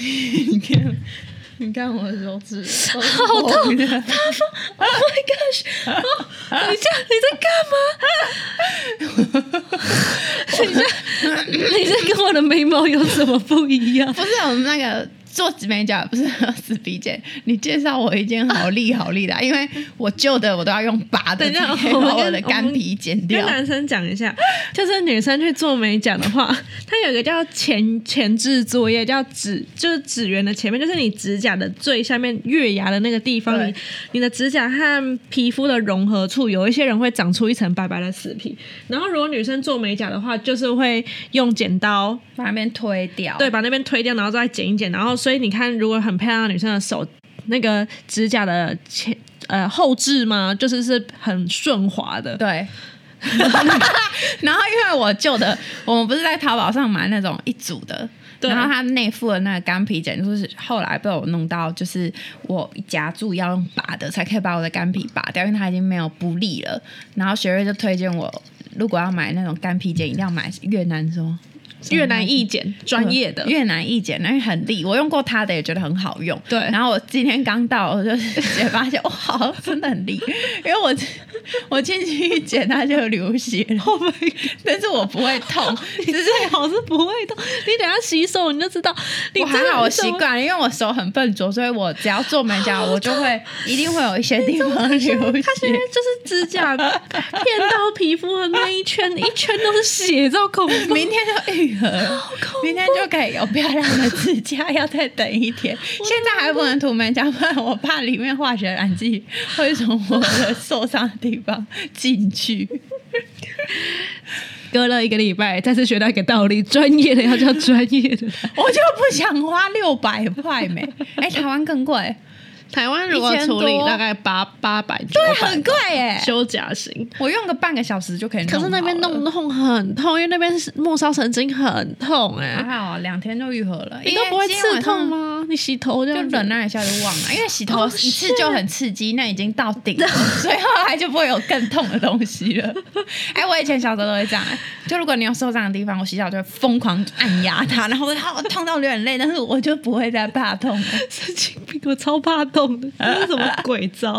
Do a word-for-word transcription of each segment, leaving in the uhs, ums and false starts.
你看，你看我的手指， 好痛！发疯 ！Oh my gosh！ 哦，等一下，你在干嘛？等一下，你这跟我的眉毛有什么不一样？ 不是我们那个。做美甲不是死皮剪，你介绍我一件好利好利的、啊，因为我旧的我都要用拔的，才可以把我的干皮剪掉。 跟男生讲一下，就是女生去做美甲的话，它有一个叫前前置作业，叫指就是指缘的前面，就是你指甲的最下面月牙的那个地方，你你的指甲和皮肤的融合处，有一些人会长出一层白白的死皮。然后如果女生做美甲的话，就是会用剪刀把那边推掉， 对，把那边推掉，然后再剪一剪，然后。所以你看，如果很漂亮的女生的手，那个指甲的前呃后置嘛，就是是很顺滑的。 对。然后因为我旧的，我们不是在淘宝上买那种一组的，然后它内附的那个干皮剪，就是后来被我弄到，就是我夹住要用拔的，才可以把我的干皮拔掉，因为它已经没有不利了。然后学瑞就推荐我，如果要买那种干皮剪，一定要买越南什么。 越南意剪专业的、 嗯、越南意剪，因为很利，我用过它的也觉得很好用。 对， 然后我今天刚到，我就直接发现哇，好真的很利，因为我我进去一剪它就流血了， oh、 但是我不会痛， 只是最好是不会痛。你等一下洗手你就知道。你我还好，我习惯了，因为我手很笨拙，所以我只要做美甲，我就会一定会有一些地方流血。 它现在就是指甲骗到皮肤的那一圈，一圈都是血，这恐怖。 明天就愈。明天就可以有漂亮的指甲，要再等一天。现在还不能涂美甲，不然我怕里面化学染剂会从我的受伤的地方进去。 隔了一个礼拜，再次学到一个道理：专业的要叫专业的。 我就不想花六百块没，哎，台湾更贵。 台湾如果处理大概八八百， 对，很贵耶。 修甲型， 我用个半个小时就可以弄好了。 可是那边弄弄很痛，因为那边是末梢神经很痛哎、欸。 还好两天就愈合了。 你都不会刺痛吗？你洗头就就忍耐一下就忘了，因为洗头一次就很刺激，那已经到顶了，所以后来就不会有更痛的东西了。哎，我以前小时候都会这样、欸，就如果你有受伤的地方，我洗澡就会疯狂按压它，然后我痛到流眼泪，但是我就不会再怕痛了。 神经病，我超怕痛。这是什么鬼招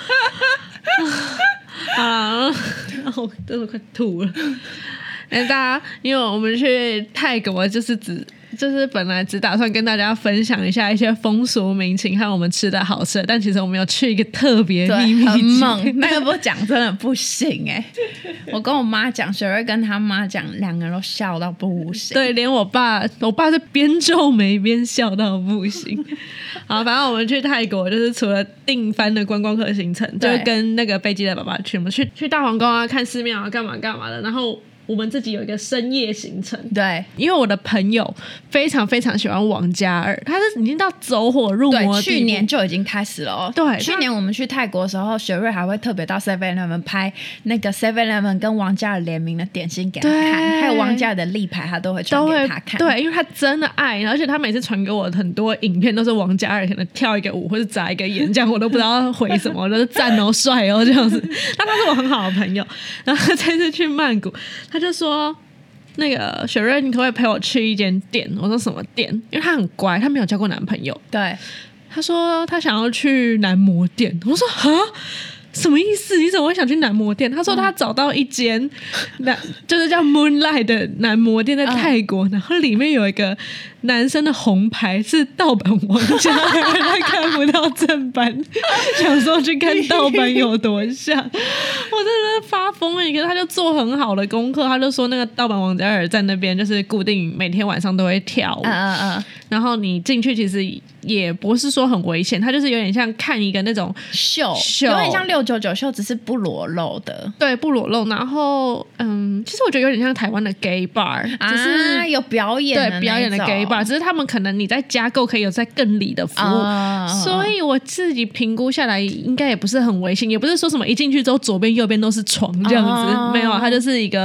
啊！我真的快吐了。哎，大家，因为我们去泰国，就是只就是本来只打算跟大家分享一下一些风俗民情和我们吃的好吃的，但其实我们有去一个特别秘密， 很猛，那个不讲真的不行哎、欸！我跟我妈讲，雪瑞跟他妈讲，两个人都笑到不行。 对，连我爸，我爸是边皱眉边笑到不行。好，反正我们去泰国，就是除了订番的观光客行程，就是跟那个飞机的爸爸去，我们去去大皇宫啊，看寺庙啊，干嘛干嘛的，然后。我们自己有一个深夜行程， 对， 因为我的朋友非常非常喜欢王嘉尔，他是已经到走火入魔的地步， 对，去年就已经开始了、哦。 对， 去年我们去泰国的时候，雪瑞还会特别到 seven eleven 拍那个 seven eleven 跟王嘉尔联名的点心给他看，还有王嘉尔的立牌，他都会传给他看。 对，因为他真的爱，而且他每次传给我很多影片都是王嘉尔可能跳一个舞或者眨一个眼，这样我都不知道回什么，我都是赞哦帅哦这样子。但他是我很好的朋友，然后这次去曼谷。他就说那个雪瑞你可不可以陪我去一间店，我说什么店，因为他很乖，他没有交过男朋友。 对， 他说他想要去男模店，我说哈什么意思？你怎么会想去男模店？他说他找到一间男、嗯、就是叫 Moonlight 的男模店在泰国、嗯、然后里面有一个男生的红牌是盗版王嘉尔，他看不到正版，想说去看盗版有多像。我真的发疯了，可是他就做很好的功课，他就说那个盗版王嘉尔在那边就是固定每天晚上都会跳舞，嗯嗯嗯，然后你进去其实也不是说很危险，他就是有点像看一个那种秀， 秀有点像六九九秀，只是不裸露的， 对，不裸露。然后嗯，其实我觉得有点像台湾的 gay bar， 只是、 啊、有表演的对表演的 gay bar， 只是他们可能你在加购可以有在更里的服务、哦、所以我自己评估下来应该也不是很危险，也不是说什么一进去之后左边右边都是床这样子、哦、没有，它就是一个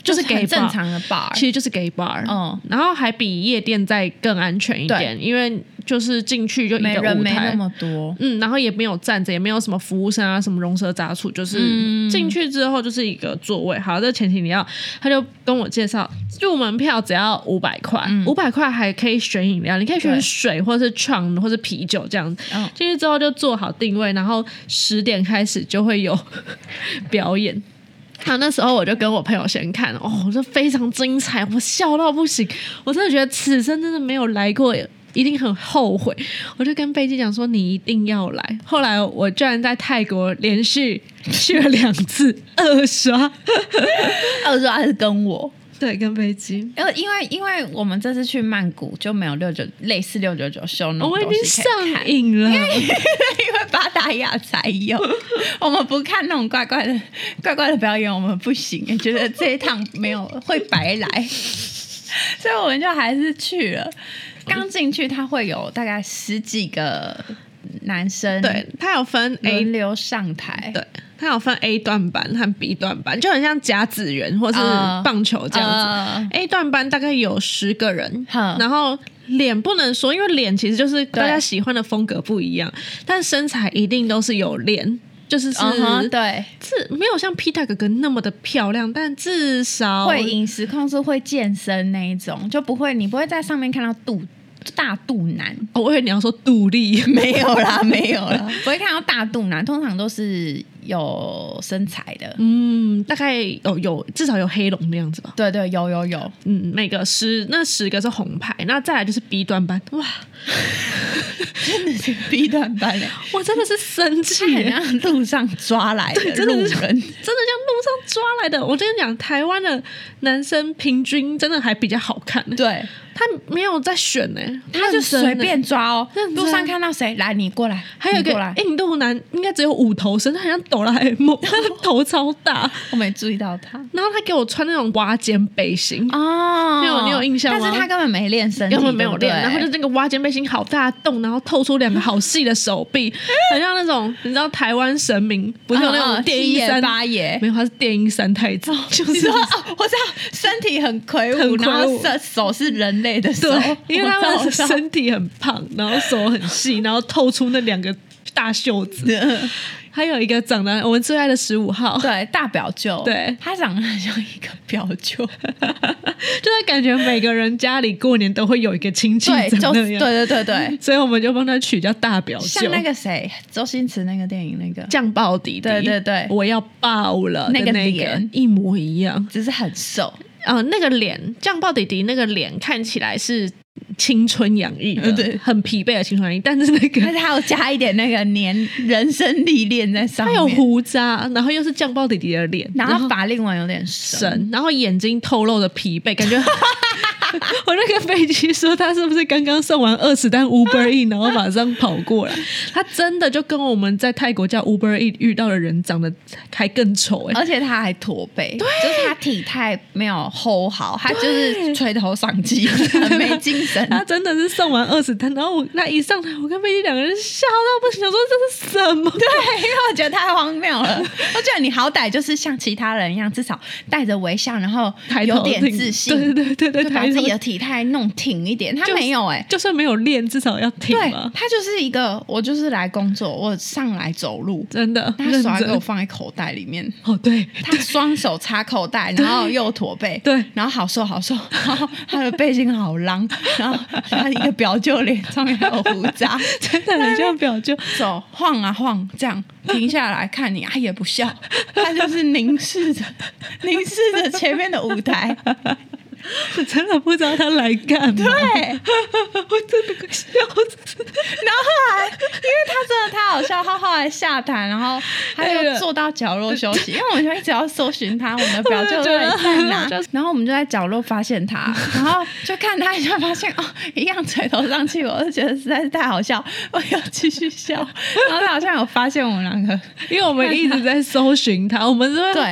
就是 gay bar 正常的 bar， 其实就是 gay bar， 嗯， 然后还比夜店再更安全一点，因为就是进去就一个舞台， 人没那么多， 嗯，然后也没有站着，也没有什么服务生啊，什么龙蛇杂处，就是进去之后就是一个座位。好，这前提你要，他就跟我介绍，入门票只要五百块，五百块还可以选饮料，你可以选水或者是创或者是啤酒这样子。进去之后就做好定位，然后十点开始就会有表演。好，那时候我就跟我朋友先看，哦，这非常精彩，我笑到不行，我真的觉得此生真的没有来过，一定很后悔。我就跟贝基讲说，你一定要来。后来我居然在泰国连续去了两次，二刷， 二刷还是跟我。 对，跟飞机， 因为因为因为我们这次去曼谷就没有六九类似六九九秀那种东西可以看， 我已经上瘾了， 因为因为八大亚才有，我们不看那种怪怪的怪怪的表演，我们不行，觉得这一趟没有会白来，所以我们就还是去了。刚进去，他会有大概十几个男生， 对，他有分 A 轮流上台， 对。它有分 A 段班和 B 段班，就很像甲子园或是棒球这样子。Uh, uh, A 段班大概有十个人， uh, 然后脸不能说，因为脸其实就是大家喜欢的风格不一样，但身材一定都是有练，就是是、 uh-huh, 对， 是没有像 P 大哥哥那么的漂亮，但至少会饮食控制、会健身那一种，就不会你不会在上面看到肚。大肚腩、 哦、我以为你要说肚力， 没有啦，没有啦，不会看到大肚腩，通常都是有身材的， 嗯，大概有有至少有黑龙那样子吧， 对对，有有有， 嗯，每个十那十个是红牌，那再来就是 B 段班，哇， 真的是 B 段班嘞， 我真的是生气， 很像路上抓来的真的路人， 真的像路上抓来的。我跟你讲，台湾的男生平均真的还比较好看， 对。 他没有在选呢、欸， 他就随便抓哦。路上看到谁来，你过来。 还有一个印度男，应该只有五头身，他好像哆啦 A 梦，他的头超大， 我没注意到他。 然后他给我穿那种挖肩背心哦， 你有你有印象吗？ 但是他根本没练身体， 根本没有练，然后就那个挖肩背心好大洞，然后透出两个好细的手臂，很像那种你知道台湾神明不是有那种电音三八爷， 没有，他是电音三太子，就是哦，我知道身体很魁梧，然后手是人类的手。 因为他们的身体很胖，然后手很细，然后透出那两个大袖子。还有一个长得我们最爱的十五号， 对，大表舅， 对， 他长得很像一个表舅， 就是感觉每个人家里过年都会有一个亲戚长那样， 对对对对， 所以我们就帮他取叫大表舅， 像那个谁，周星驰那个电影那个酱爆弟弟， 对对对， 我要爆了那个脸一模一样， 只是很瘦。 呃，那个脸酱爆弟弟那个脸看起来是青春洋溢的， 对， 很疲惫的青春洋溢，但是那个但是他有加一点那个年人生历练在上面， 他有胡渣，然后又是酱爆弟弟的脸， 然后法令纹有点深， 然后眼睛透露的疲惫，感觉我那个飞机说他是不是刚刚送完二十单 Uber Eats 然后马上跑过来，他真的就跟我们在泰国叫 Uber Eats 遇到的人长得还更丑、欸、 而且他还驼背，就是他体态没有 hold 好，他就是垂头丧气，很没精神。 他真的是送完二十单，然后我那一上台，我跟飞机两个人笑到不行，想说这是什么？ 对，因为我觉得太荒谬了。我觉得你好歹就是像其他人一样，至少带着微笑，然后有点自信， 对对对对， 就把自己的体态弄挺一点。他没有哎、欸， 就算没有练，至少要挺嘛。 他就是一个，我就是来工作，我上来走路， 真的， 他手还给我放在口袋里面。 哦，对， 他双手插口袋，然后又驼背， 对， 然后好瘦好瘦，然后他的背心好浪，然后他一个表舅脸上面还有胡渣， 真的很像表舅， 手晃啊晃，这样停下来看你，他也不笑，他就是凝视着凝视着前面的舞台。 我真的不知道他来干嘛， 对， 我真的笑死。 然后后来，因为他真的太好笑，他后来下台，然后他就坐到角落休息，因为我们就一直要搜寻他，我们的表舅到底在哪？然后我们就在角落发现他，然后就看他，就发现哦，一样垂头丧气，我就觉得实在是太好笑，我要继续笑。然后他好像有发现我们两个， 因为我们一直在搜寻他，我们是会对。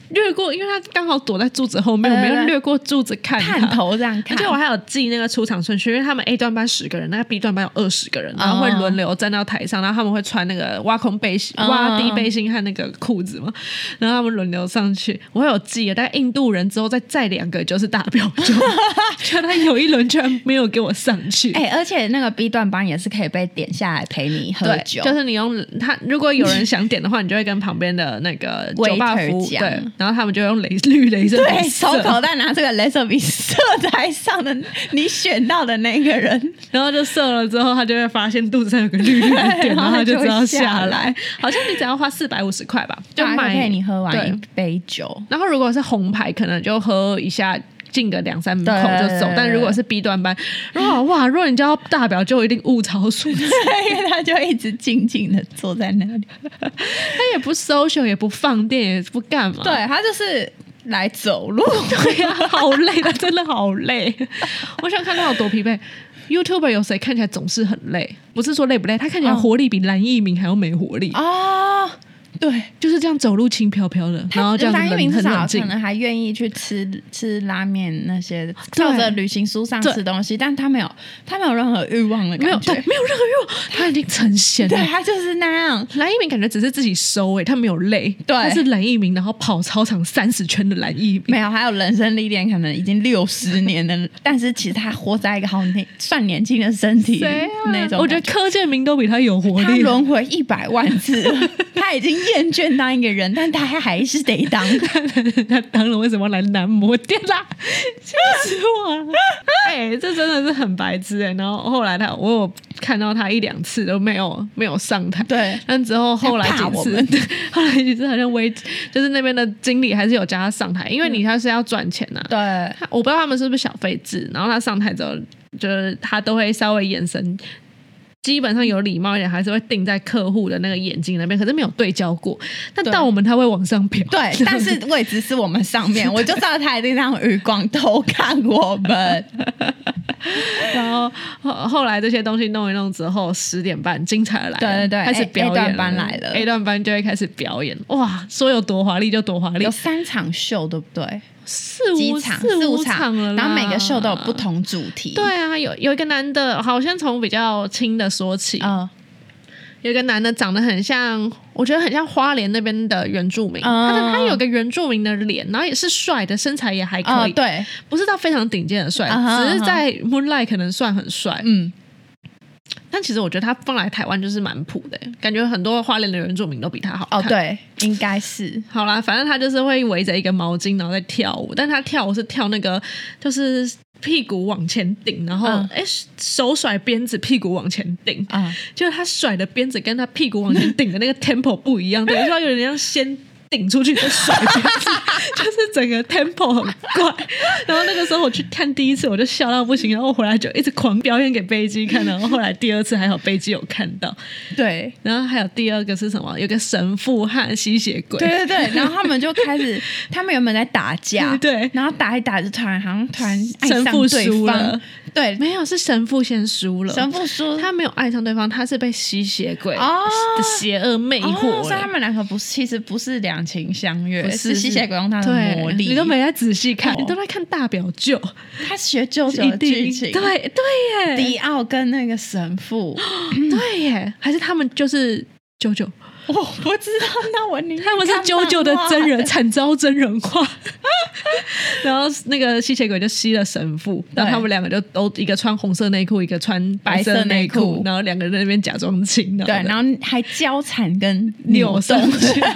略过，因为他刚好躲在柱子后面，我们要略过柱子看他探头这样看。 而且我还有记那个出场顺序，因为他们 A 段班十个人，那个 B 段班有二十个人，然后会轮流站到台上，然后他们会穿那个挖空背心、 哦、 挖低背心和那个裤子嘛，然后他们轮流上去。我会有记的，大概印度人之后再再两个就是大表舅，就他有一轮居然没有给我上去。 哎、欸，而且那个 B 段班也是可以被点下来陪你喝酒， 就是你用他，如果有人想点的话，你就会跟旁边的那个酒吧服务，对，然后他们就用雷绿雷射笔， 对，手口袋拿这个雷射笔射台上的你选到的那个人， 然后就射了之后，他就会发现肚子上有个绿绿的点，然后他就知道下来。好像你只要花四百五十块吧，就买陪你喝完一杯酒。 然后如果是红牌，可能就喝一下。进个两三口就走，但如果是 B 段班，如果哇，如果你叫大表就一定物超所值， 因为他就一直静静的坐在那里， 他也不 social 也不放电也不干嘛， 对他就是来走路， 对呀、啊，好累，他真的好累。我想看他有多疲惫。YouTuber 有谁看起来总是很累？不是说累不累，他看起来活力比蓝奕明还要没活力哦。对， 就是这样走路轻飘飘的，然后这样蓝奕明很冷静， 可能还愿意去吃吃拉面那些，照着旅行书上吃东西，但他没有，他没有任何欲望的感觉， 没有，对，没有任何欲望，他已经成仙了。 对，他就是那样。 蓝奕明感觉只是自己收尾、欸，他没有累，对，他是蓝奕明，然后跑操场三十圈的蓝奕明， 没有，还有人生历练，可能已经六十年的，但是其实他活在一个好年算年轻的身体里、啊、那种。 我觉得柯建明都比他有活力， 他轮回一百万次了，他已经厌倦当一个人，但他还是得当。 他当了为什么来男模店啦？笑死我了！哎、欸，这真的是很白痴哎、欸。然后后来他，我有看到他一两次都没有没有上台， 对。 但之后后来几次，后来几次好像微就是那边的经理还是有叫他上台，因为你他是要赚钱呐、啊。 对， 我不知道他们是不是小费制，然后他上台之后，就是他都会稍微眼神。基本上有礼貌一点，还是会定在客户的那个眼睛那边，可是没有对焦过。但到我们他会往上瞟， 对，但是位置是我们上面，我就知道他一定让余光偷看我们。 然后后后来这些东西弄一弄之后，十点半精彩的来了， 对对对， 开始表演 A 段班来了 ，A 段班就会开始表演，哇，说有多华丽就多华丽， 有三场秀，对不对？ 四五场四五场了， 然后每个秀都有不同主题。 对啊，有有一个男的，好像从比较轻的说起。嗯，有一个男的长得很像，我觉得很像花莲那边的原住民。嗯、他的他有个原住民的脸，然后也是帅的，身材也还可以。 嗯、对， 不是到非常顶尖的帅，嗯、只是在 Moonlight 可能算很帅。嗯。但其实我觉得他放来台湾就是蛮普的，感觉很多花莲的原住民都比他好看。 哦，对，应该是。 好啦，反正他就是会围着一个毛巾，然后在跳舞。但他跳舞是跳那个，就是屁股往前顶，然后哎、嗯、手甩鞭子，屁股往前顶。啊、嗯，就是他甩的鞭子跟他屁股往前顶的那个 tempo 不一样，等于说有点像先顶出去再甩鞭子，就是整个 tempo 很怪。然后那个时候我去看第一次，我就笑到不行，然后回来就一直狂表演给贝基看。然后后来第二次还好贝基有看到， 对。 然后还有第二个是什么？有个神父和吸血鬼， 对对对。然后他们就开始，他们原本在打架， 对。 然后打一打就突然好像突然爱上神父对输了方，对， 没有是神父先输了， 神父输， 他没有爱上对方，他是被吸血鬼的邪恶魅惑了、 哦，所以他们两个不是，其实不是两情相悦， 不是是吸血鬼用他的魔力。 你都没在仔细看，哦、你都在看大表舅， 他学舅舅的剧情， 对对耶， 迪奥跟那个神父， 对耶，还是他们就是舅舅。 我不知道，那我宁愿他们是啾啾的真人惨遭真人化，然后那个吸血鬼就吸了神父，然后他们两个就都一个穿红色内裤，一个穿白色内裤，然后两个人在那边假装亲， 对，然后还交缠跟扭动。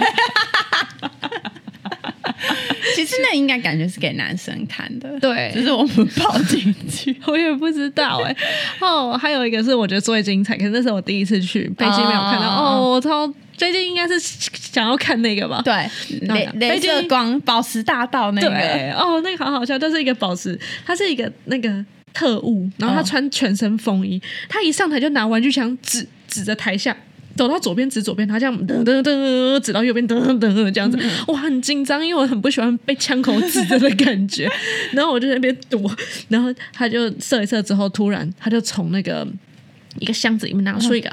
其实那应该感觉是给男生看的， 对， 只是我们跑进去， 我也不知道哎、欸。哦，还有一个是我觉得最精彩，可是那是我第一次去，北京没有看到。哦，哦我超最近应该是想要看那个吧？ 对，雷雷射光宝石大道那个， 对，哦，那个好好笑，就是一个宝石，它是一个那个特务，然后他穿全身风衣，他一上台就拿玩具枪指指着台下。走到左边指左边，他这样噔噔噔指到右边噔噔噔这样子，哇，很紧张，因为我很不喜欢被枪口指着的感觉。然后我就在那边躲，然后他就射一射之后，突然他就从那个一个箱子里面拿出一个很大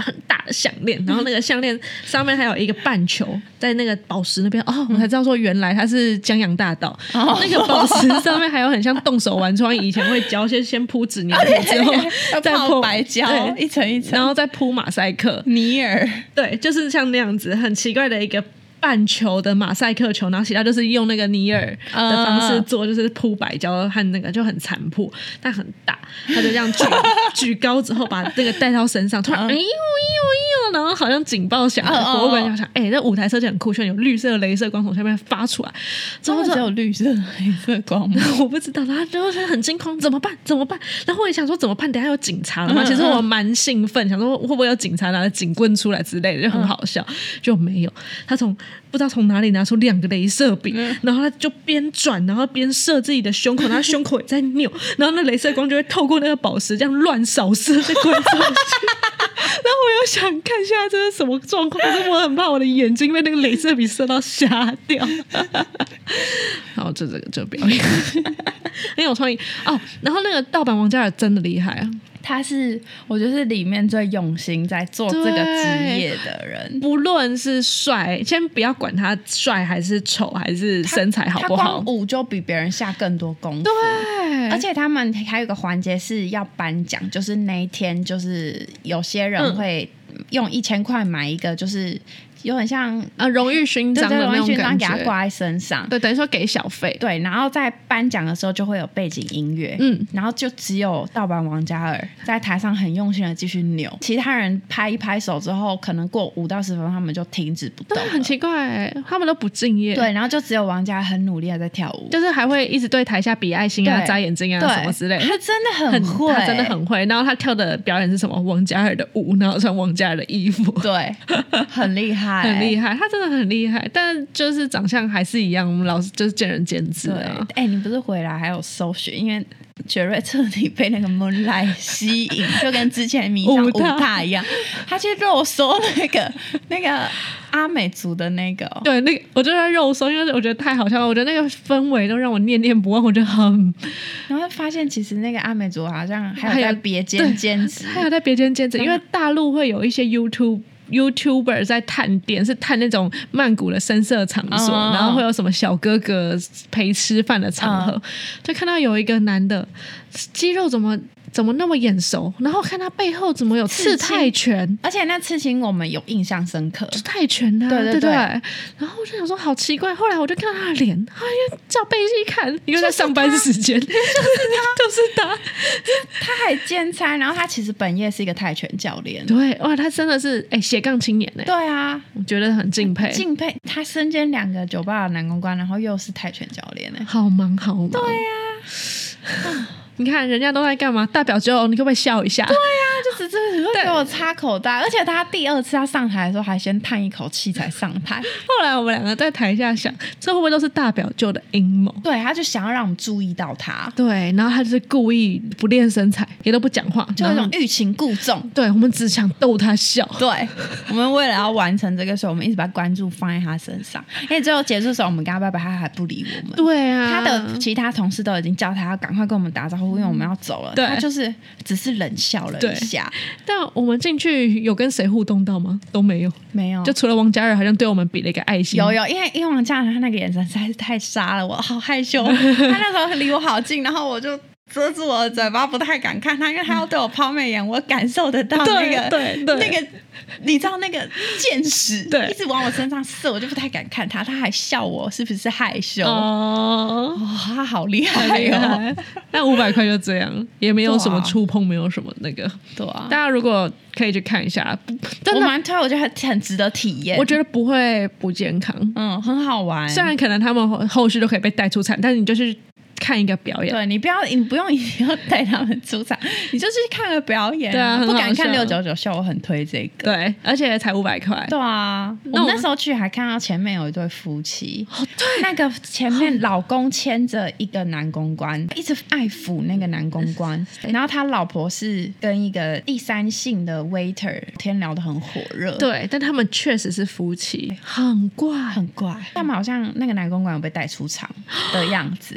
的项链，然后那个项链上面还有一个半球在那个宝石那边哦，我才知道说原来它是江洋大盗、哦、那个宝石上面还有很像动手玩窗，以前会教先先铺纸黏土之后再泡白胶一层一层， 然后再铺马赛克尼尔， 对，就是像那样子很奇怪的一个半球的马赛克球，然后其他就是用那个尼尔的方式做，就是铺白胶和那个就很残破，但很大，他就这样举举高之后把那个带到身上，突然哎呦哎呦哎呦，然后好像警报响了，博物馆就想哎，这舞台设计很酷炫，有绿色的镭射光从下面发出来， 之后只有绿色的镭射光吗？ 我不知道，他就是很惊慌，怎么办？怎么办？然后我也想说怎么办？等一下有警察了吗？其实我蛮兴奋，想说会不会有警察拿着警棍出来之类的，就很好笑，就没有，他从不知道从哪里拿出两个镭射笔、嗯、然后他就边转然后边射自己的胸口，然后胸口也在扭，然后那镭射光就会透过那个宝石这样乱扫射在观众席然后我又想看现在这是什么状况，可是我很怕我的眼睛被那个镭射笔射到瞎掉然后就这个就表演很有创意哦。然后那个盗版王嘉尔真的厉害啊， 他是我觉得是里面最用心在做这个职业的人， 不论是帅，先不要管他帅还是丑还是身材好不好，他光舞就比别人下更多功夫。 对， 而且他们还有一个环节是要颁奖，就是那一天就是有些人会用一千块买一个就是有点像呃荣誉勋章的那种感觉，荣誉勋章给他挂在身上， 对，等于说给小费。 对，然后在颁奖的时候就会有背景音乐，嗯，然后就只有盗版王嘉尔在台上很用心的继续扭，其他人拍一拍手之后，可能过五到十分钟他们就停止不动了， 很奇怪，他们都不敬业。 对，然后就只有王嘉尔很努力的在跳舞， 就是还会一直对台下比爱心啊、眨眼睛啊什么之类的。 他真的很会， 他真的很会。然后他跳的表演是什么？王嘉尔的舞，然后穿王嘉尔的衣服， 对，很厉害， 很厉害。他真的很厉害，但就是长相还是一样，我们老是就是见仁见智啊。 哎、欸，你不是回来还有搜寻，因为雪瑞彻底被那个 Moonlight 吸引，就跟之前迷上舞踏一样，他去肉搜那个那个阿美族的那个、哦， 对，那个我就在肉搜，因为我觉得太好笑了，我觉得那个氛围都让我念念不忘，我觉得很。 然后发现其实那个阿美族好像还有在别间兼职， 还有在别间兼职，因为大陆会有一些 YouTube。YouTuber 在探店，是探那种曼谷的深色场所， oh. 然后会有什么小哥哥陪吃饭的场合， oh. 就看到有一个男的肌肉怎么怎么那么眼熟，然后看他背后怎么有刺泰拳， 而且那刺青我们有印象深刻， 是泰拳的、啊，对对 对, 对。然后我就想说好奇怪，后来我就看到他的脸，哎呀，照背细看，因为在上班时间，就是他，就是他， 他还兼差，然后他其实本业是一个泰拳教练， 对，哇，他真的是哎斜杠青年哎， 对啊， 我觉得很敬佩， 敬佩他身兼两个酒吧的男公关，然后又是泰拳教练哎， 好忙好忙， 对啊。 你看人家都在干嘛？大表舅，你可不可以笑一下？对呀、啊，就只是会给我插口袋，而且他第二次他上台的时候还先叹一口气才上台。 后来我们两个在台下想，这会不会都是大表舅的阴谋？ 对，他就想要让我们注意到他。 对，然后他就是故意不练身材，也都不讲话， 就那种欲擒故纵。 对，我们只想逗他笑。 对，我们为了要完成这个事，我们一直把关注放在他身上。因为最后结束的时候，我们跟他拜拜，他还不理我们。 对啊， 他的其他同事都已经叫他要赶快跟我们打招呼，因为我们要走了。他就是只是冷笑了一下。 但我们进去有跟谁互动到吗？都没有， 没有。 就除了王嘉尔，好像对我们比了一个爱心。 有有，因为因为王嘉尔他那个眼神实在是太杀了，我好害羞。他那时候离我好近，然后我就遮住我的嘴巴，不太敢看他，因为他要对我抛媚眼，我感受得到那个对对那个。你知道那个箭矢对一直往我身上射，我就不太敢看他，他还笑我是不是害羞哦， 哦他好厉害哦。 那五百块就这样，也没有什么触碰，没有什么那个。 对啊， 大家如果可以去看一下，真的我蛮推，我觉得很很值得体验。 我觉得不会不健康， 嗯，很好玩。 虽然可能他们后续都可以被带出场，但是你就是看一个表演， 对你不要，你不用一定要带他们出场，你就是看个表演、啊。 对啊， 不敢看六九九秀，我很推这个。 对，而且才五百块。 对啊，我那时候去还看到前面有一对夫妻， 哦，对， 那个前面老公牵着一个男公关，一直爱抚那个男公关，然后他老婆是跟一个第三性的 waiter 天聊得很火热。 对，但他们确实是夫妻，很怪， 很怪。他们好像那个男公关有被带出场的样子。 哇塞！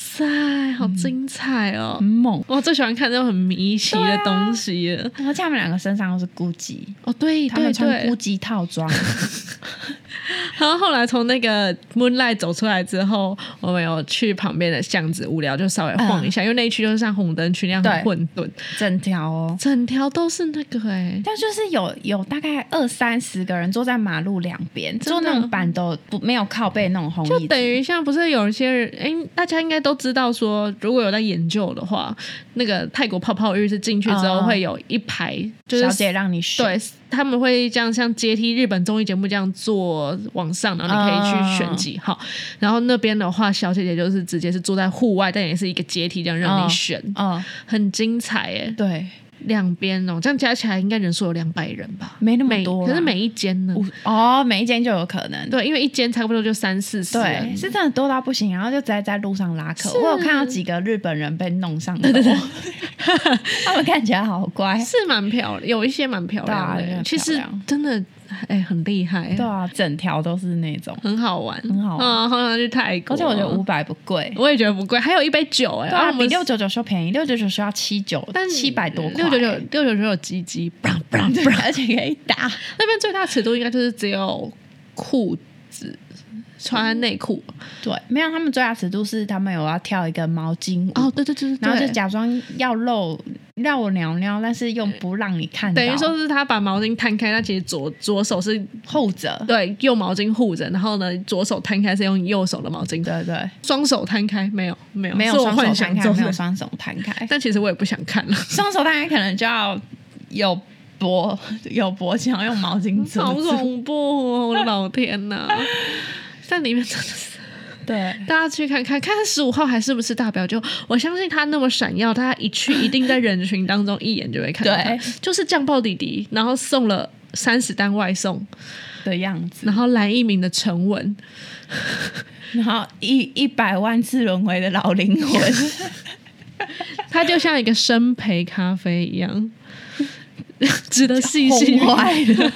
塞，好精彩哦！ 很猛。 我最喜欢看这种很迷奇的东西了。 然后他们两个身上都是 Gucci， 哦，对， 他们穿对对 Gucci 套装。 然后后来从那个 Moonlight 走出来之后，我们有去旁边的巷子无聊就稍微晃一下，嗯、因为那一区就是像红灯区那样很混沌， 整条哦， 整条都是那个哎、欸， 但就是有有大概二三十个人坐在马路两边，坐那种板都不没有靠背那种红椅子， 就等于像不是有一些人哎，大家应该都知道说，如果有在研究的话，那个泰国泡泡浴是进去之后会有一排，就是小姐让你选， 对。他们会这样像阶梯日本综艺节目这样坐往上，然后你可以去选几号、嗯、然后那边的话小姐姐就是直接是坐在户外，但也是一个阶梯这样让你选、嗯嗯、很精彩耶。对，两边哦，这样加起来应该人数有两百人吧， 没那么多， 可是每一间呢？ 哦，每一间就有可能， 对，因为一间差不多就三四十人， 对，是真的多到不行，然后就直接在路上拉客。我有看到几个日本人被弄上楼，对对对他们看起来好乖， 是蛮漂亮，有一些蛮漂亮的，啊、其实真的。哎、欸，很厉害， 对啊，整条都是那种， 很好玩， 很好玩， 嗯，好想去泰国， 而且我觉得五百不贵， 我也觉得不贵，还有一杯酒、欸，哎， 对啊，比六九九说便宜，六九九说要七九，但七百多块， 六九九六九九有鸡鸡， 而且可以打， 那边最大尺度应该就是只有裤子。穿内裤， 对，没有，他们最大尺度是他们有要跳一个毛巾舞， 哦，对对对对， 然后就假装要露露鸟鸟，但是又不让你看到， 等于说是他把毛巾摊开，他其实左左手是护着， 对，右毛巾护着，然后呢，左手摊开是用右手的毛巾， 对对， 双手摊开没有没有没有双手摊开，没有双手摊开， 但其实我也不想看了， 双手摊开可能就要有脖有脖颈，要用毛巾遮住， 好恐怖哦，我的老天哪！但里面真的是， 对， 大家去看看，看十五号还是不是大表舅？我相信他那么闪耀，他一去一定在人群当中一眼就会看到他，对，就是酱爆弟弟，然后送了三十单外送的样子， 然后蓝一鸣的沉稳， 然后一一百万次轮回的老灵魂， 他就像一个生培咖啡一样，值得细细坏的。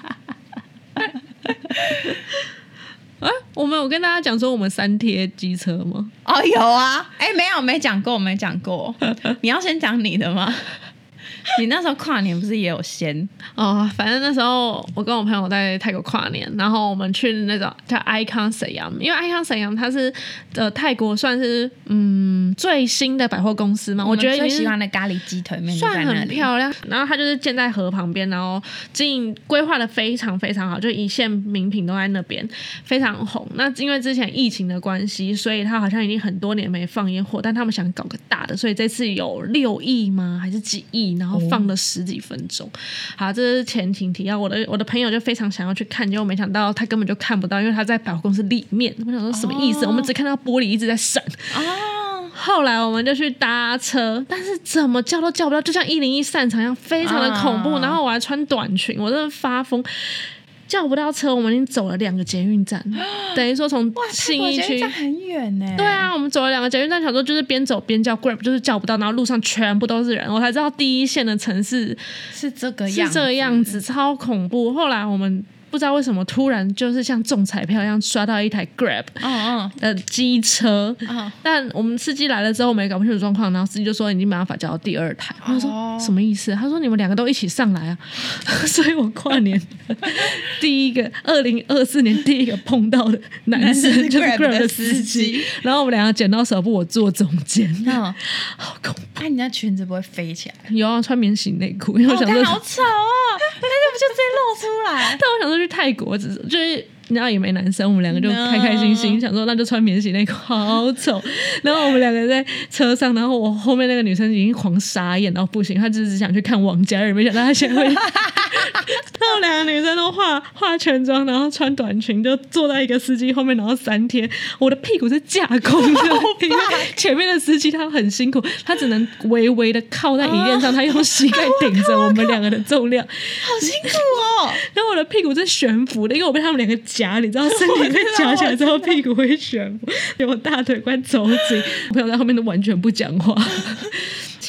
啊，我们有跟大家讲说我们三贴机车吗？ 哦，有啊，哎、欸，没有，没讲过，没讲过。你要先讲你的吗？你那时候跨年不是也有先哦？反正那时候我跟我朋友在泰国跨年，然后我们去那种叫 Icon Siam， 因为 Icon Siam 它是呃泰国算是嗯最新的百货公司嘛，我觉得最喜欢的咖喱鸡腿面算很漂亮。然后它就是建在河旁边，然后经营规划的非常非常好，就一线名品都在那边，非常红。那因为之前疫情的关系，所以它好像已经很多年没放烟火，但他们想搞个大的，所以这次有六亿吗？还是几亿？然后放了十几分钟。好，这是前情提要。我的我的朋友就非常想要去看，结果没想到他根本就看不到，因为他在百货公司里面。我想说什么意思？哦、我们只看到玻璃一直在闪。哦。后来我们就去搭车，但是怎么叫都叫不到，就像一零一散场一样，非常的恐怖。哦、然后我还穿短裙，我真的发疯。叫不到车，我们已经走了两个捷运站，等于说从信义区很远呢。 对啊，我们走了两个捷运站，想说就是边走边叫 Grab， 就是叫不到，然后路上全部都是人，我才知道第一线的城市是这个样子， 是这个样子，超恐怖。后来我们不知道为什么突然就是像中彩票一样刷到一台 Grab 的机车，哦哦但我们司机来了之后，我们也搞不清楚状况，然后司机就说已经没办法叫到第二台。我说、哦、什么意思？他说你们两个都一起上来啊，所以我跨年第一个二零二四年第一个碰到的男生就是 Grab 的司机，然后我们两个剪刀手布，我坐中间，哦、好恐怖。 那、啊、你那裙子不会飞起来？ 有啊，穿免洗内裤，因为我想说、 哦、好丑哦，那不就直接露出来？ 但我想说去泰国，只是就是你知道也没男生，我们两个就开开心心， no. 想说那就穿免洗内裤，好丑。然后我们两个在车上，然后我后面那个女生已经狂傻眼到不行，她只是想去看王嘉尔，没想到她现在会。然后两个女生都化化全妆，然后穿短裙，就坐在一个司机后面，然后三天，我的屁股是架空的，因为前面的司机他很辛苦，他只能微微的靠在椅垫上，他用膝盖顶着我们两个的重量， 好辛苦哦。 然后我的屁股是悬浮的，因为我被他们两个夹，你知道身体被夹起来之后屁股会悬浮，我大腿快抽筋，我朋友在后面都完全不讲话。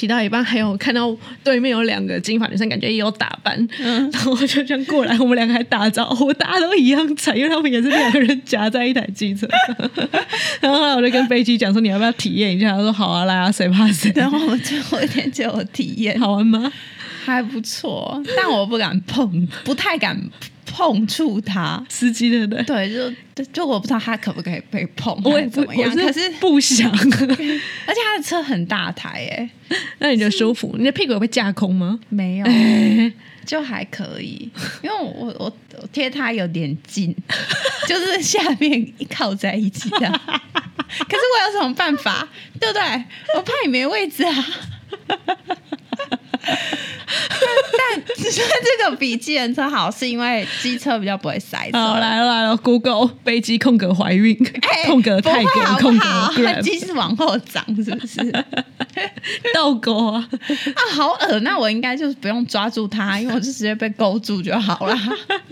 骑到一半，还有看到对面有两个金发女生，感觉也有打扮，嗯，然后我就这样过来，我们两个还打招呼，大家都一样惨，因为他们也是两个人夹在一台机车上。然后后来我就跟飞机讲说，你要不要体验一下？他说好啊，来啊，谁怕谁。 然后我最后一天就有体验， 好玩吗？ 还不错，但我不敢碰，不太敢碰触它。 司机对不对？ 对，就就我不知道他可不可以被碰， 我也怎么样？可是不想。 而且他的车很大台哎， 那你就舒服？你的屁股有被架空吗？ 没有，就还可以，因为我我我贴它有点近，就是下面靠在一起的。可是我有什么办法？对不对？我怕你没位置啊。但但只是这个比计程车好，是因为机车比较不会塞车。 好，来了来了 ，Google 飞机空格怀孕， 欸、 空格泰国， 好空格 Grab， 机是往后长，是不是？ 倒钩啊！ 啊，好恶！那我应该就是不用抓住它，因为我就直接被勾住就好了。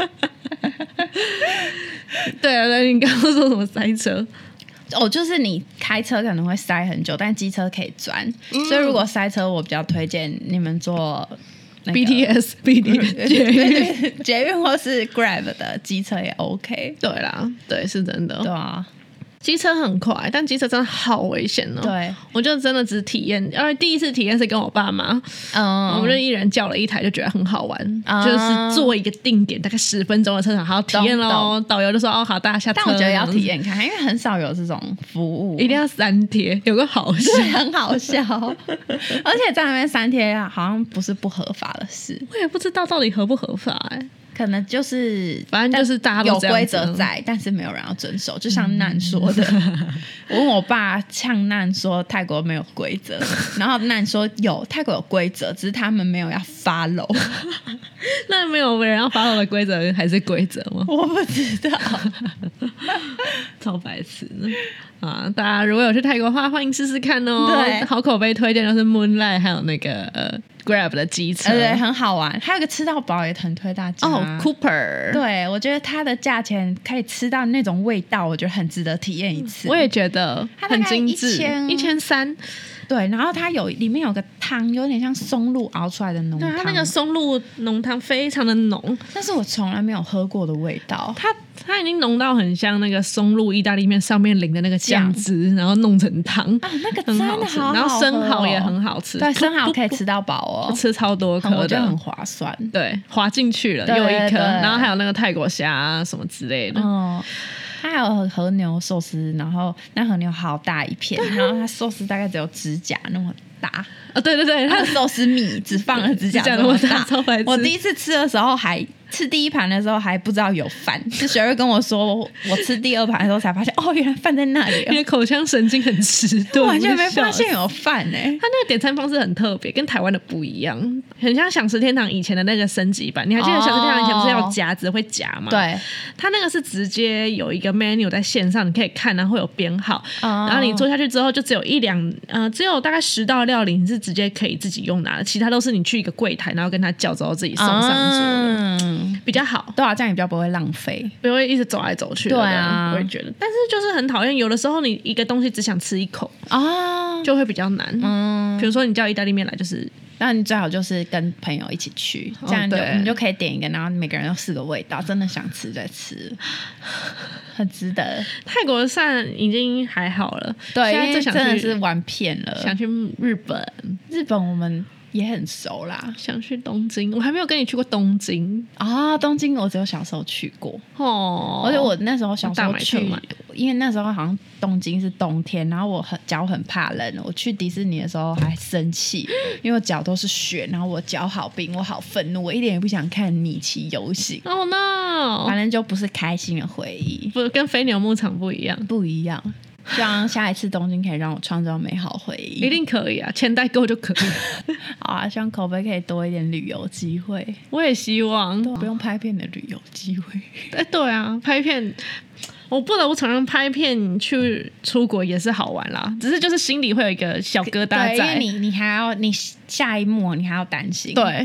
对啊，对，你刚刚说什么塞车？ 哦，就是你开车可能会塞很久，但机车可以钻，嗯、所以如果塞车，我比较推荐你们坐、那个、 B T S、B T S 捷运、 捷运或是 Grab 的机车也 OK。 对啦，对，是真的。 对啊。 机车很快，但机车真的好危险哦。 对， 我就真的只体验，因为第一次体验是跟我爸妈，嗯，我们就一人叫了一台，就觉得很好玩，嗯、就是坐一个定点，大概十分钟的车程，好体验咯。导游就说：“哦，好，大家下车。” 但我觉得要体验看看，因为很少有这种服务， 一定要三贴，有个好笑， 很好笑。而且在那边三贴好像不是不合法的事， 我也不知道到底合不合法哎、欸。 可能就是反正就是大家都有规则在，但是没有人要遵守。就像难说的，我问我爸呛难说泰国没有规则，然后难说有泰国有规则，只是他们没有要 follow。 那没有人要 follow 的规则还是规则吗？ 我不知道， 超白痴啊！大家如果有去泰国的话，欢迎试试看哦。 对， 好口碑推荐就是 Moonlight， 还有那个呃 Grab 的机车， 对，很好玩。还有一个吃到饱也很推大家哦 ，Cooper。 对，我觉得它的价钱可以吃到那种味道，我觉得很值得体验一次。 我也觉得很精致，一千三。 对，然后它有里面有个汤，有点像松露熬出来的浓汤。 对，它那个松露浓汤非常的浓， 但是我从来没有喝过的味道。 它它已经浓到很像那个松露意大利面上面淋的那个酱汁，然后弄成汤啊，那个真的好好吃， 然后生蚝也很好吃， 对，生蚝可以吃到饱哦， 吃超多颗的， 我觉得很划算。 对，滑进去了又一颗，然后还有那个泰国虾、啊、什么之类的。 哦，它还有和牛寿司，然后那和牛好大一片，然后它寿司大概只有指甲那么大。 哦，对对对， 它的寿司米只放了指甲那么大， 超白痴。 我第一次吃的时候还吃第一盘的时候还不知道有饭，是雪瑞跟我说，我吃第二盘的时候才发现，哦，原来饭在那里。 你的口腔神经很迟钝， 完全没发现有饭哎、欸。 它那个点餐方式很特别，跟台湾的不一样，很像享食天堂以前的那个升级版。你还记得享食天堂以前不是有夹子会夹吗？ 对， 它那个是直接有一个 menu 在线上，你可以看，然后会有编号，哦、然后你坐下去之后就只有一两呃，只有大概十道料理你是直接可以自己用拿的，其他都是你去一个柜台，然后跟他叫之后自己送上桌的，嗯、比较好。 对啊，这样也比较不会浪费， 不会一直走来走去的。对啊，我会觉得，但是就是很讨厌，有的时候你一个东西只想吃一口啊，就会比较难。嗯，比如说你叫意大利面来，就是那你最好就是跟朋友一起去，这样就、哦、你就可以点一个，然后每个人都试个味道，真的想吃再吃，很值得。 泰国算已经还好了， 对， 现在最想去真的是玩遍了， 想去日本， 日本我们也很熟啦， 想去东京，我还没有跟你去过东京啊。东京我只有小时候去过哦，而且我那时候小时候去，因为那时候好像东京是冬天，然后我很脚很怕冷，我去迪士尼的时候还生气，因为我脚都是雪，然后我脚好冰，我好愤怒，我一点也不想看米奇游行。 哦、oh, no， 反正就不是开心的回忆， 不跟飞牛牧场不一样， 不一样。希望下一次东京可以让我创造美好回忆， 一定可以啊，钱代购就可以。 好啊，希望口碑可以多一点旅游机会。 我也希望不用拍片的旅游机会。 哎，对啊，拍片，我不得不承认，拍片去出国也是好玩啦，只是就是心里会有一个小疙瘩在， 对，因为你你还要你下一幕你还要担心， 对。但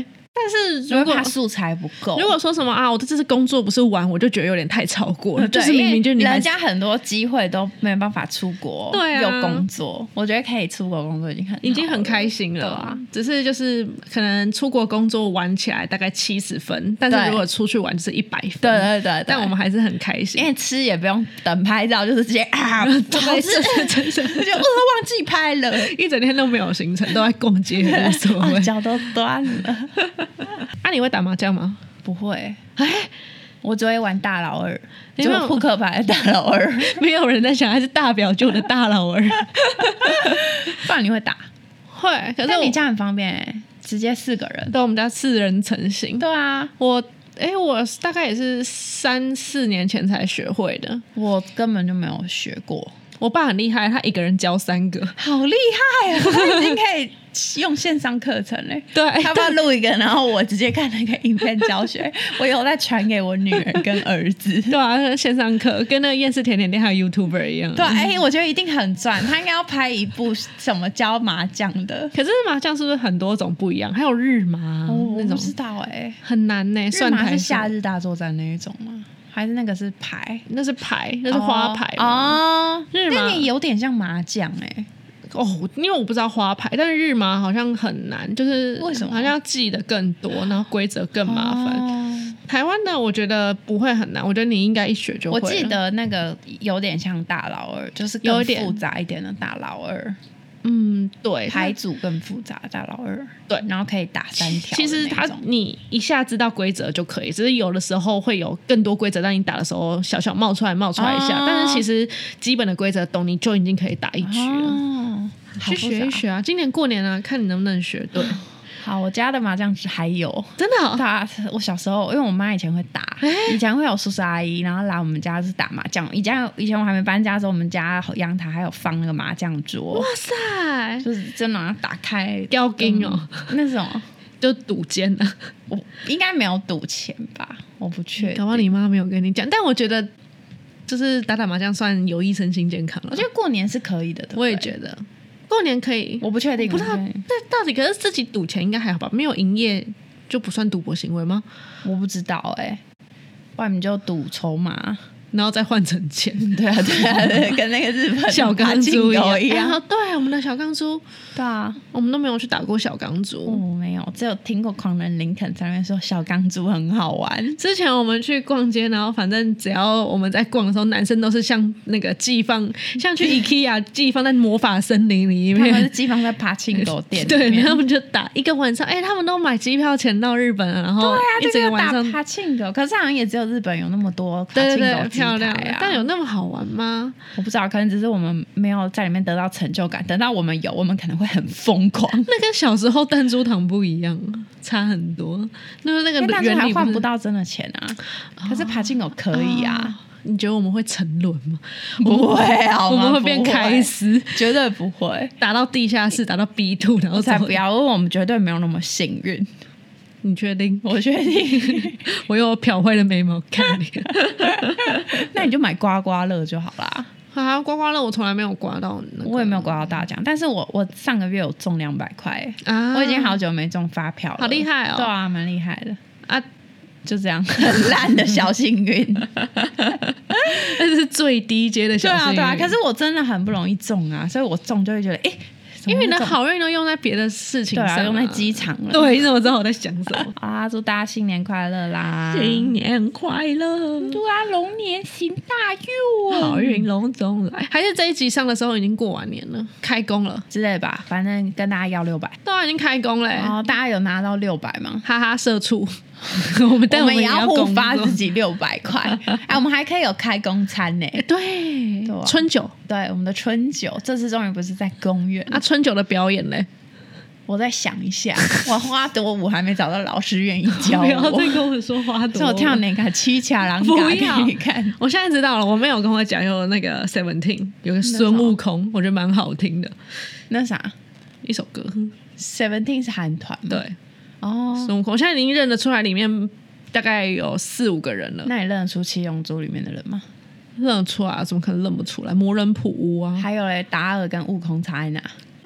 是如果怕素材不够， 如果说什么啊，我这次工作不是玩，我就觉得有点太超过了，就是明明就你人家很多机会都没办法出国， 对啊， 有工作，我觉得可以出国工作已经很已经很开心了，对啊，只是就是可能出国工作玩起来大概七十分，但是如果出去玩就是一百分， 对对 对, 对， 但我们还是很开心， 因为吃也不用等拍照，就是直接啊，不好吃， 真的就呃忘记拍了， 一整天都没有行程，都在逛街，无所谓， 脚都断了。 啊，你会打麻将吗？ 不会，哎，我只会玩大老二，就扑克牌的大老二。 没有人在想还是大表舅的大老二。 不然你会打？ 会，可是你家很方便哎、欸，直接四个人。 对，我们家四人成型。 对啊， 我哎、欸，我大概也是三四年前才学会的， 我根本就没有学过。 我爸很厉害，他一个人教三个， 好厉害啊！他已经可以用线上课程嘞。 对， 他不要录一个，然后我直接看那个影片教学，我有在传给我女儿跟儿子。 对啊，线上课跟那个厌世甜甜店还有 YouTuber 一样。 对，哎、欸，我觉得一定很赚。他应该要拍一部什么教麻将的。 可是麻将是不是很多种不一样？还有日麻、 哦、 那种， 我不知道哎、欸， 很难呢、欸。 日麻是夏日大作战那一种吗？还是那个是牌？ 那是牌，那是花牌哦。 日麻那你有点像麻将哎、欸。 哦，因为我不知道花牌，但是日麻好像很难，就是为什么？ 好像要记得更多，然后规则更麻烦。哦、台湾的我觉得不会很难，我觉得你应该一学就会了。 我记得那个有点像大老二，就是更复杂一点的大老二。 嗯，对， 牌组更复杂，大老二对， 然后可以打三条。 其实它你一下知道规则就可以，只是有的时候会有更多规则，让你打的时候小小冒出来冒出来一下。哦、但是其实基本的规则懂，你就已经可以打一局了。哦、去学一学啊！今年过年啊，看你能不能学对。 好，我家的麻将还有真的、哦， 他我小时候，因为我妈以前会打，以前会有叔叔阿姨，然后来我们家就是打麻将。以前以前我还没搬家的时候，我们家阳台还有放那个麻将桌。 哇塞， 就是真的打开吊金哦， 那种就赌尖啊。 我应该没有赌钱吧，我不确定。 搞不好你妈没有跟你讲，但我觉得就是打打麻将算有益身心健康了。 我觉得过年是可以的，对对， 我也觉得。过年可以， 我不确定， 不知道。但到底可是自己赌钱应该还好吧？没有营业就不算赌博行为吗？ 我不知道哎、欸，不然你就赌筹码， 然后再换成钱。 对啊，对啊，对，跟那个日本小钢珠一样。 一样欸、对，我们的小钢珠， 对啊， 我们都没有去打过小钢珠。 哦，没有，只有听过狂人林肯在那边说小钢珠很好玩。 之前我们去逛街，然后反正只要我们在逛的时候，男生都是像那个寄放，像去 IKEA 寄放在魔法森林里面， 他们是寄放在帕庆狗店， 对，然后他们就打一个晚上，哎、欸，他们都买机票钱到日本了，然后一整个晚上帕庆狗，可是好像也只有日本有那么多帕庆狗机台、啊、 对对对，漂亮，但有那么好玩吗？ 我不知道，可能只是我们没有在里面得到成就感，等到我们有，我们可能会很疯狂。 那跟小时候弹珠糖不一样，差很多。那那个弹珠还换不到真的钱啊，哦、可是爬进狗可以啊、哦。 你觉得我们会沉沦吗？ 不会啊， 我们会变开司， 绝对不会打到地下室，打到 B 二，然后才不要，因为我们绝对没有那么幸运。 你确定？ 我确定。 我有漂灰的眉毛看你。 那你就买刮刮乐就好啦。 啊，刮刮乐我从来没有刮到、那個， 我也没有刮到大奖，但是我我上个月有中两百块，啊，我已经好久没中发票了， 好厉害哦！ 对啊，蛮厉害的啊， 就这样，很烂的小幸运， 但是最低阶的小幸运， 对啊对啊，可是我真的很不容易中啊，所以我中就会觉得，哎、欸。 因为你的好运都用在别的事情上、啊， 对啊，用在机场了。 对，你怎么知道我在想什么？ 啊，祝大家新年快乐啦！ 新年快乐！ 祝啊，龙年行大运， 好运龙中来。还是这一集上的时候已经过完年了，开工了之类吧？反正跟大家要六百， 都已经开工了、欸。 哦，大家有拿到六百吗？ 哈哈，社畜。我们但我们也要互发自己六百块，哎，我们还可以有开工餐呢、欸。 对， 对、啊， 春酒， 对，我们的春酒，这次终于不是在公园啊。春酒的表演嘞， 我再想一下，我花朵舞还没找到老师愿意教我。 不要再跟我说花朵舞， 我跳那个七卡郎嘎给你看。 我现在知道了，我妹有跟我讲，有那个 Seventeen 有个孙悟空，我觉得蛮好听的。 那啥， 一首歌 ，Seventeen 是韩团， 对。 哦， 孙悟空，我现在已经认得出来，里面大概有四五个人了。 那你认得出七龙珠里面的人吗？ 认得出来，怎么可能认不出来？魔人普乌啊， 还有嘞，达尔跟悟空差在哪？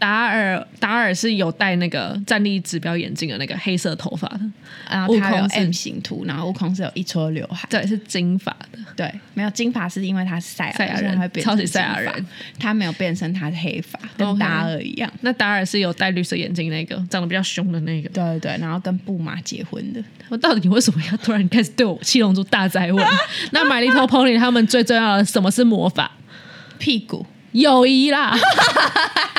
达尔达尔是有戴那个战力指标眼镜的那个黑色头发的， 然后他有 M 型秃，然后悟空是有一撮刘海， 对，是金发的。 对，没有金发是因为他是赛亚人， 他会变超级赛亚人， 他没有变成他是黑发，跟达尔一样。 Okay. 那达尔是有戴绿色眼镜那个，长得比较凶的那个。 对对对，然后跟布玛结婚的。 我到底为什么要突然开始对我七龙珠大灾问？那 My Little Pony 他们最重要的什么是魔法？ 屁股。 友谊啦